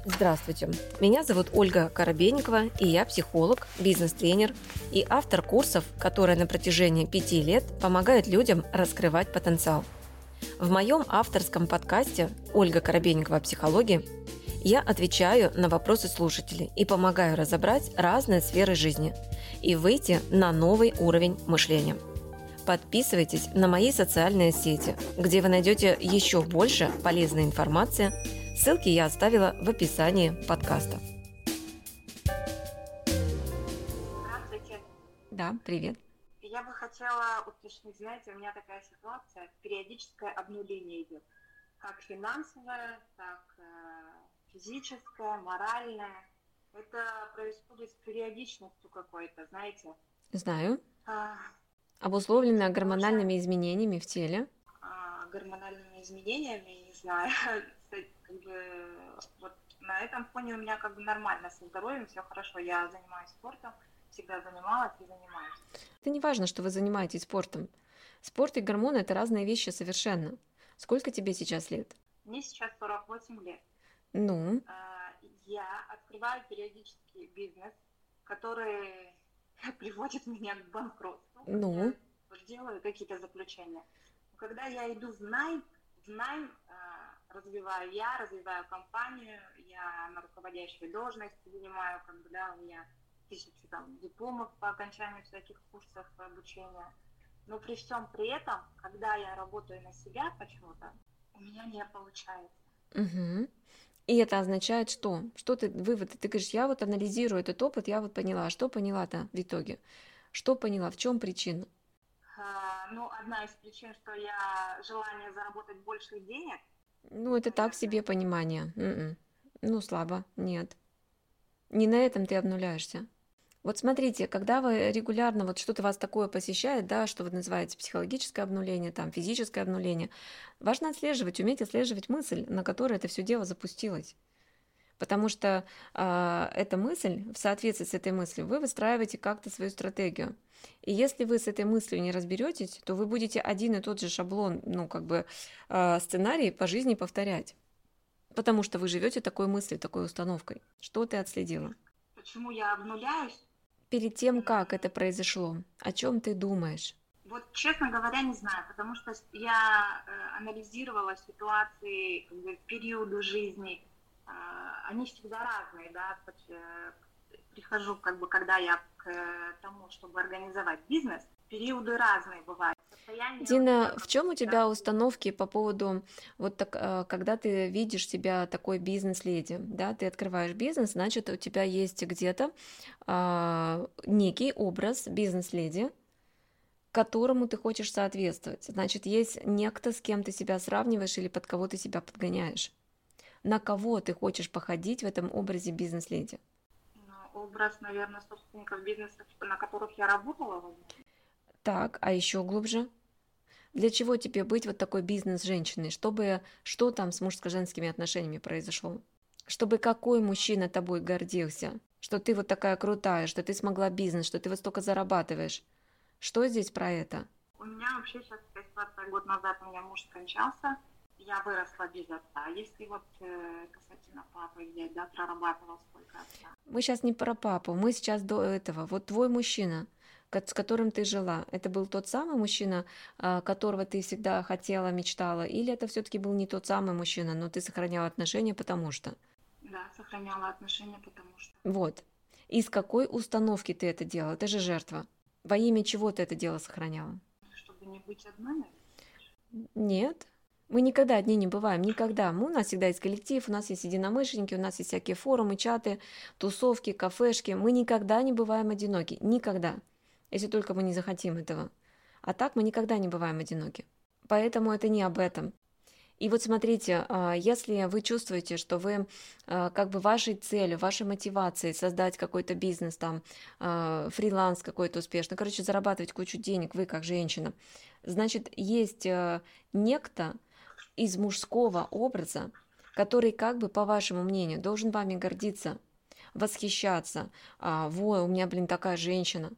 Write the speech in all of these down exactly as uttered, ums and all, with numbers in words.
Здравствуйте, меня зовут Ольга Коробейникова, и я психолог, бизнес-тренер и автор курсов, которые на протяжении пяти лет помогают людям раскрывать потенциал. В моем авторском подкасте «Ольга Коробейникова о психологии» я отвечаю на вопросы слушателей и помогаю разобрать разные сферы жизни и выйти на новый уровень мышления. Подписывайтесь на мои социальные сети, где вы найдете еще больше полезной информации. Ссылки я оставила в описании подкаста. Здравствуйте. Да, привет. Я бы хотела уточнить, знаете, у меня такая ситуация, периодическое обнуление идет. Как финансовое, так э, физическое, моральное. Это происходит с периодичностью какой-то, знаете. Знаю. А, Обусловлено гормональными изменениями в теле. а, гормональными изменениями, не знаю. Как бы, вот на этом фоне у меня как бы нормально со здоровьем, все хорошо. Я занимаюсь спортом, всегда занималась и занимаюсь. Это не важно, что вы занимаетесь спортом. Спорт и гормоны – это разные вещи совершенно. Сколько тебе сейчас лет? Мне сейчас сорок восемь лет. Ну? Я открываю периодически бизнес, который приводит меня к банкротству. Ну? Я делаю какие-то заключения. Когда я иду в найм, в найм развиваю я, развиваю компанию, я на руководящей должности занимаю, как бы, да, у меня тысячи там дипломов по окончанию всяких курсов обучения. Но при всем при этом, когда я работаю на себя почему-то, у меня не получается. Угу. И это означает что? Что ты, выводы? Ты говоришь, я вот анализирую этот опыт, я вот поняла. Что поняла-то в итоге? Что поняла? В чем причина? А, ну, одна из причин, что я желание заработать больше денег. Ну, это так себе понимание. М-м. Ну, слабо. Нет. Не на этом ты обнуляешься. Вот смотрите, когда вы регулярно, вот что-то вас такое посещает, да, что вы называете психологическое обнуление, там, физическое обнуление, важно отслеживать, уметь отслеживать мысль, на которой это все дело запустилось. Потому что э, эта мысль, в соответствии с этой мыслью, вы выстраиваете как-то свою стратегию. И если вы с этой мыслью не разберетесь, то вы будете один и тот же шаблон, ну, как бы, э, сценарий по жизни повторять. Потому что вы живете такой мыслью, такой установкой. Что ты отследила? Почему я обнуляюсь? Перед тем, как это произошло, о чем ты думаешь? Вот, честно говоря, не знаю, потому что я э, анализировала ситуации, как бы, периоды жизни, э, они всегда разные, да, прихожу, как бы, когда я к тому, чтобы организовать бизнес, периоды разные бывают. Состояние Дина, в чем у тебя установки по поводу, вот так, когда ты видишь себя такой бизнес-леди, да, ты открываешь бизнес, значит, у тебя есть где-то а, некий образ бизнес-леди, которому ты хочешь соответствовать. Значит, есть некто, с кем ты себя сравниваешь или под кого ты себя подгоняешь. На кого ты хочешь походить в этом образе бизнес-леди? Ну, образ, наверное, собственников бизнеса, на которых я работала. Так, а еще глубже? Для чего тебе быть вот такой бизнес-женщиной? Чтобы что там с мужско-женскими отношениями произошло? Чтобы какой мужчина тобой гордился? Что ты вот такая крутая, что ты смогла бизнес, что ты вот столько зарабатываешь. Что здесь про это? У меня вообще сейчас такая ситуация, год назад у меня муж скончался, я выросла без отца. Если вот э, касательно папы взять, да, прорабатывал сколько отца. Мы сейчас не про папу, мы сейчас до этого. Вот твой мужчина, с которым ты жила, это был тот самый мужчина, которого ты всегда хотела, мечтала, или это все-таки был не тот самый мужчина, но ты сохраняла отношения, потому что? Да, сохраняла отношения, потому что. Вот. Из какой установки ты это делала? Ты же жертва. Во имя чего ты это дело сохраняла? Чтобы не быть одной? Нет. Мы никогда одни не бываем, никогда. Мы, у нас всегда есть коллектив, у нас есть единомышленники, у нас есть всякие форумы, чаты, тусовки, кафешки. Мы никогда не бываем одиноки. Никогда. Если только мы не захотим этого. А так мы никогда не бываем одиноки. Поэтому это не об этом. И вот смотрите, если вы чувствуете, что вы как бы вашей целью, вашей мотивацией создать какой-то бизнес, там, фриланс какой-то успешный, короче, зарабатывать кучу денег, вы как женщина, значит, есть некто из мужского образа, который, как бы, по вашему мнению, должен вами гордиться, восхищаться. Во, у меня, блин, такая женщина.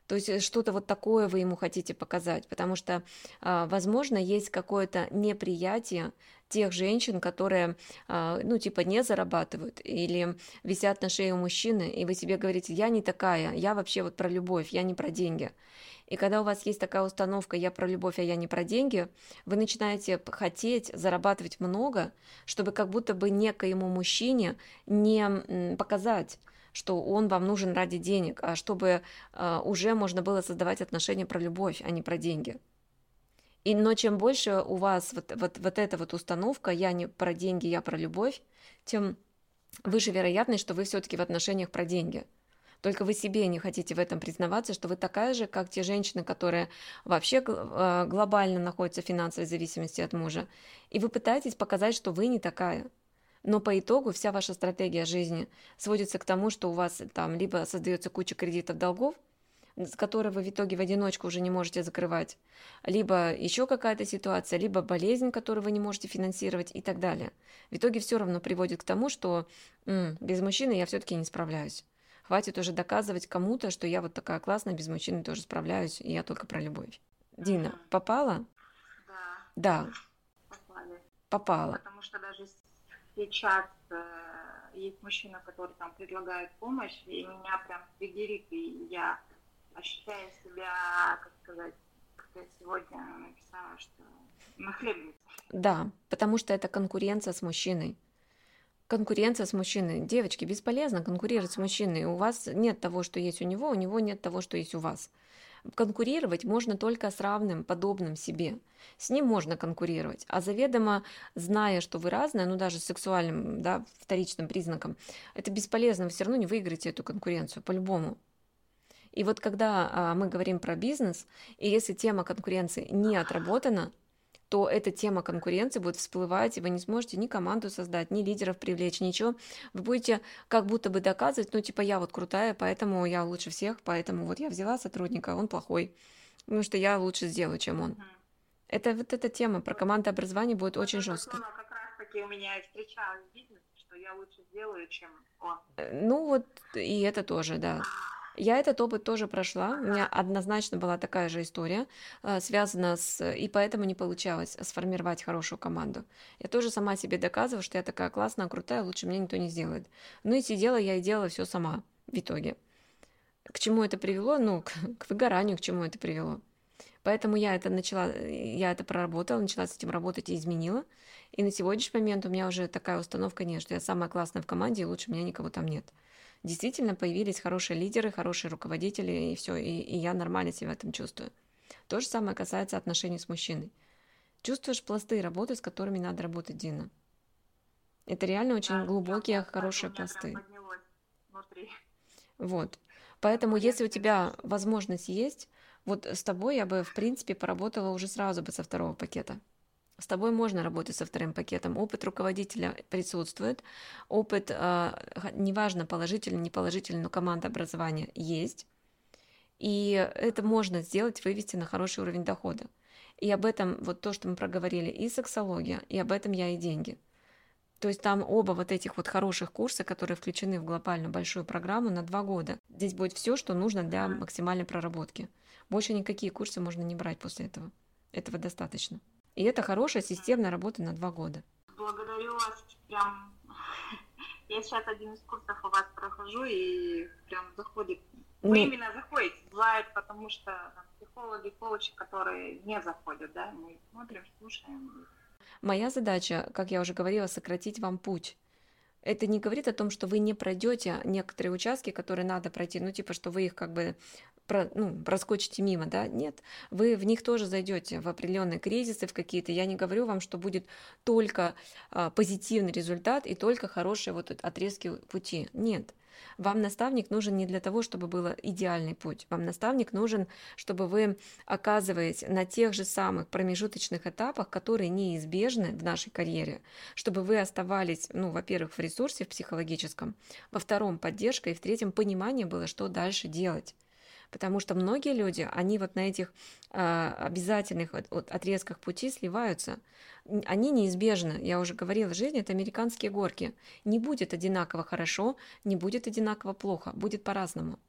То есть э, что-то вот такое вы ему хотите показать, потому что, а, возможно, есть какое-то неприятие тех женщин, которые, а, ну, типа, не зарабатывают или висят на шее у мужчины, и вы себе говорите, я не такая, я вообще вот про любовь, я не про деньги. И когда у вас есть такая установка «я про любовь, а я не про деньги», вы начинаете п- хотеть зарабатывать много, чтобы как будто бы некоему мужчине не м, показать, что он вам нужен ради денег, а чтобы а, уже можно было создавать отношения про любовь, а не про деньги. И, но чем больше у вас вот, вот, вот эта вот установка «я не про деньги, я про любовь», тем выше вероятность, что вы все-таки в отношениях про деньги. Только вы себе не хотите в этом признаваться, что вы такая же, как те женщины, которые вообще гл- э, глобально находятся в финансовой зависимости от мужа. И вы пытаетесь показать, что вы не такая. Но по итогу вся ваша стратегия жизни сводится к тому, что у вас там либо создается куча кредитов, долгов, с которой вы в итоге в одиночку уже не можете закрывать, либо еще какая-то ситуация, либо болезнь, которую вы не можете финансировать и так далее. В итоге все равно приводит к тому, что «М, без мужчины я все-таки не справляюсь. Хватит уже доказывать кому-то, что я вот такая классная, без мужчины тоже справляюсь, и я только про любовь». Дина, Мгм. попала? Да, Да, попали. попала. Потому что даже сейчас э, есть мужчина, который там предлагает помощь, и меня прям триггерит, и я ощущаю себя, как сказать, как я сегодня написала, что нахлебница. Да, потому что это конкуренция с мужчиной. Конкуренция с мужчиной. Девочки, бесполезно конкурировать с Ага. мужчиной. У вас нет того, что есть у него, у него нет того, что есть у вас. Конкурировать можно только с равным, подобным себе. С ним можно конкурировать, а заведомо, зная, что вы разные, ну даже с сексуальным, да, вторичным признаком, это бесполезно, вы все равно не выиграете эту конкуренцию, по-любому. И вот когда а, мы говорим про бизнес, и если тема конкуренции не отработана, то эта тема конкуренции будет всплывать, и вы не сможете ни команду создать, ни лидеров привлечь, ничего. Вы будете как будто бы доказывать, ну, типа, я вот крутая, поэтому я лучше всех, поэтому вот я взяла сотрудника, он плохой, потому что я лучше сделаю, чем он. Мгм. Это вот эта тема про Вот, командообразование будет вот очень это жесткой. слово как раз-таки у меня и встречалось в бизнесе, что я лучше сделаю, чем он. Э, Ну вот и это тоже, да. Я этот опыт тоже прошла. У меня Ага. однозначно была такая же история, э, связана с... И поэтому не получалось сформировать хорошую команду. Я тоже сама себе доказывала, что я такая классная, крутая, лучше меня никто не сделает. Ну и сидела я и делала все сама в итоге. К чему это привело? Ну, к, к выгоранию, к чему это привело. Поэтому я это начала, я это проработала, начала с этим работать и изменила. И на сегодняшний момент у меня уже такая установка нет, что я самая классная в команде, и лучше меня никого там нет. Действительно появились хорошие лидеры, хорошие руководители, и все, и, и я нормально себя в этом чувствую. То же самое касается отношений с мужчиной. Чувствуешь пласты работы, с которыми надо работать, Дина. Это реально очень Да, сейчас глубокие, я скажу, у хорошие меня прям пласты. поднялось внутри. Вот. Поэтому, если у Конкуренция это тебя что? возможность есть, вот с тобой я бы, в принципе, поработала уже сразу бы со второго пакета. С тобой можно работать со вторым пакетом. Опыт руководителя присутствует. Опыт, а, ха- неважно, положительный, неположительный, но команда образования есть. И это Мгм. можно сделать, вывести на хороший уровень дохода. И об этом, вот то, что мы проговорили, и сексология, и об этом я и деньги. То есть там оба вот этих вот хороших курса, которые включены в глобальную большую программу на два года. Здесь будет все, что нужно для Мгм. максимальной проработки. Больше никакие курсы можно не брать после этого. Этого достаточно. И это хорошая Мгм. системная работа на два года. Благодарю вас. Прям я сейчас один из курсов у вас прохожу и прям заходит. Вы Ну, именно заходите. Бывает, потому что там, психологи, коучи, которые не заходят, да, мы смотрим, слушаем. моя задача, как я уже говорила, сократить вам путь. Это не говорит о том, что вы не пройдете некоторые участки, которые надо пройти, ну типа, что вы их как бы про, ну, проскочите мимо, да, нет, вы в них тоже зайдете в определенные кризисы, в какие-то. Я не говорю вам, что будет только а, позитивный результат и только хорошие вот отрезки пути. Нет. Вам наставник нужен не для того, чтобы был идеальный путь. Вам наставник нужен, чтобы вы оказываетесь на тех же самых промежуточных этапах, которые неизбежны в нашей карьере, чтобы вы оставались, ну, во-первых, в ресурсе в психологическом, во втором поддержка и в третьем понимание было, что дальше делать. Потому что многие люди, они вот на этих а, обязательных вот, вот отрезках пути сливаются. Н- Они неизбежны. Я уже говорила, жизнь — это американские горки. Не будет одинаково хорошо, не будет одинаково плохо, будет по-разному.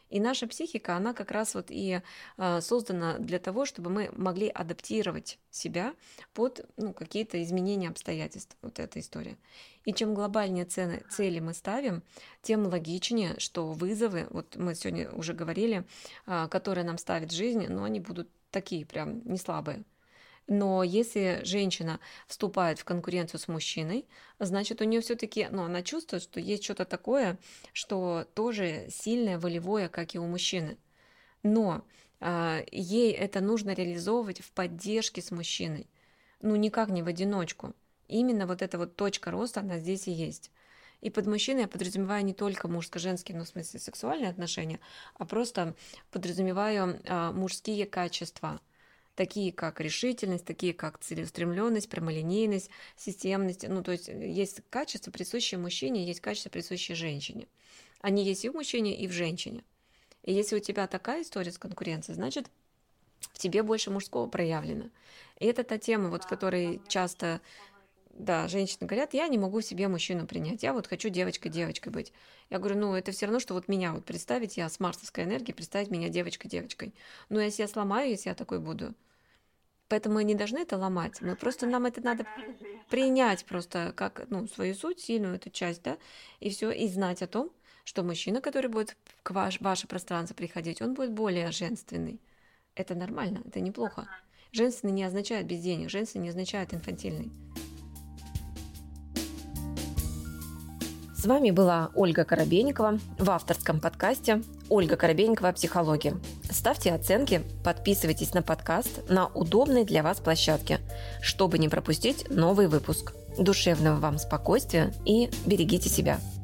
И наша психика, она как раз вот и э, создана для того, чтобы мы могли адаптировать себя под ну, какие-то изменения обстоятельств. Вот эта история. И чем глобальнее цены, цели мы ставим, тем логичнее, что вызовы, вот мы сегодня уже говорили, э, которые нам ставит жизнь, но они будут такие прям не слабые. Но если женщина вступает в конкуренцию с мужчиной, значит, у нее все-таки, ну, она чувствует, что есть что-то такое, что тоже сильное, волевое, как и у мужчины. Но а, ей это нужно реализовывать в поддержке с мужчиной. Ну, никак не в одиночку. Именно вот эта вот точка роста, она здесь и есть. И под мужчиной я подразумеваю не только мужско-женские, ну, в смысле сексуальные отношения, а просто подразумеваю а, мужские качества, такие как решительность, такие как целеустремленность, прямолинейность, системность. Ну, то есть есть качества, присущие мужчине, есть качества, присущие женщине. Они есть и в мужчине, и в женщине. И если у тебя такая история с конкуренцией, значит, в тебе больше мужского проявлено. И это та тема, вот, в которой часто, да, женщины говорят, я не могу в себе мужчину принять, я вот хочу девочкой-девочкой быть. Я говорю, ну, это все равно, что вот меня вот представить, я с марсовской энергией, представить меня девочкой-девочкой. Ну, если я сломаю, если я такой буду. Поэтому мы не должны это ломать, мы просто, нам это надо принять просто как, ну, свою суть, сильную эту часть, да, и все, и знать о том, что мужчина, который будет к ваш, ваше пространство приходить, он будет более женственный. Это нормально, это неплохо. Женственный не означает без денег, женственный не означает инфантильный. С вами была Ольга Коробейникова в авторском подкасте «Ольга Коробейникова о психологии». Ставьте оценки, подписывайтесь на подкаст на удобной для вас площадке, чтобы не пропустить новый выпуск. Душевного вам спокойствия и берегите себя.